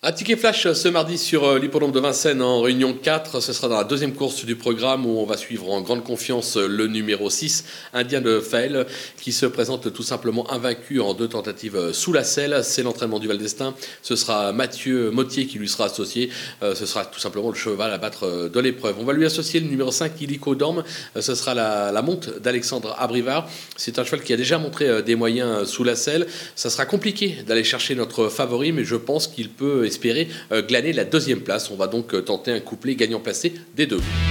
Un ticket flash ce mardi sur l'hippodrome de Vincennes en Réunion 4. Ce sera dans la deuxième course du programme où on va suivre en grande confiance le numéro 6, Indien de Faël, qui se présente tout simplement invaincu en 2 tentatives sous la selle. C'est l'entraînement du Val d'Estaing. Ce sera Mathieu Mottier qui lui sera associé. Ce sera tout simplement le cheval à battre de l'épreuve. On va lui associer le numéro 5, Illico Dorme. Ce sera la monte d'Alexandre Abrivard. C'est un cheval qui a déjà montré des moyens sous la selle. Ça sera compliqué d'aller chercher notre favori, mais je pense qu'il peut espérer glaner la deuxième place. On va donc tenter un couplet gagnant placé des 2.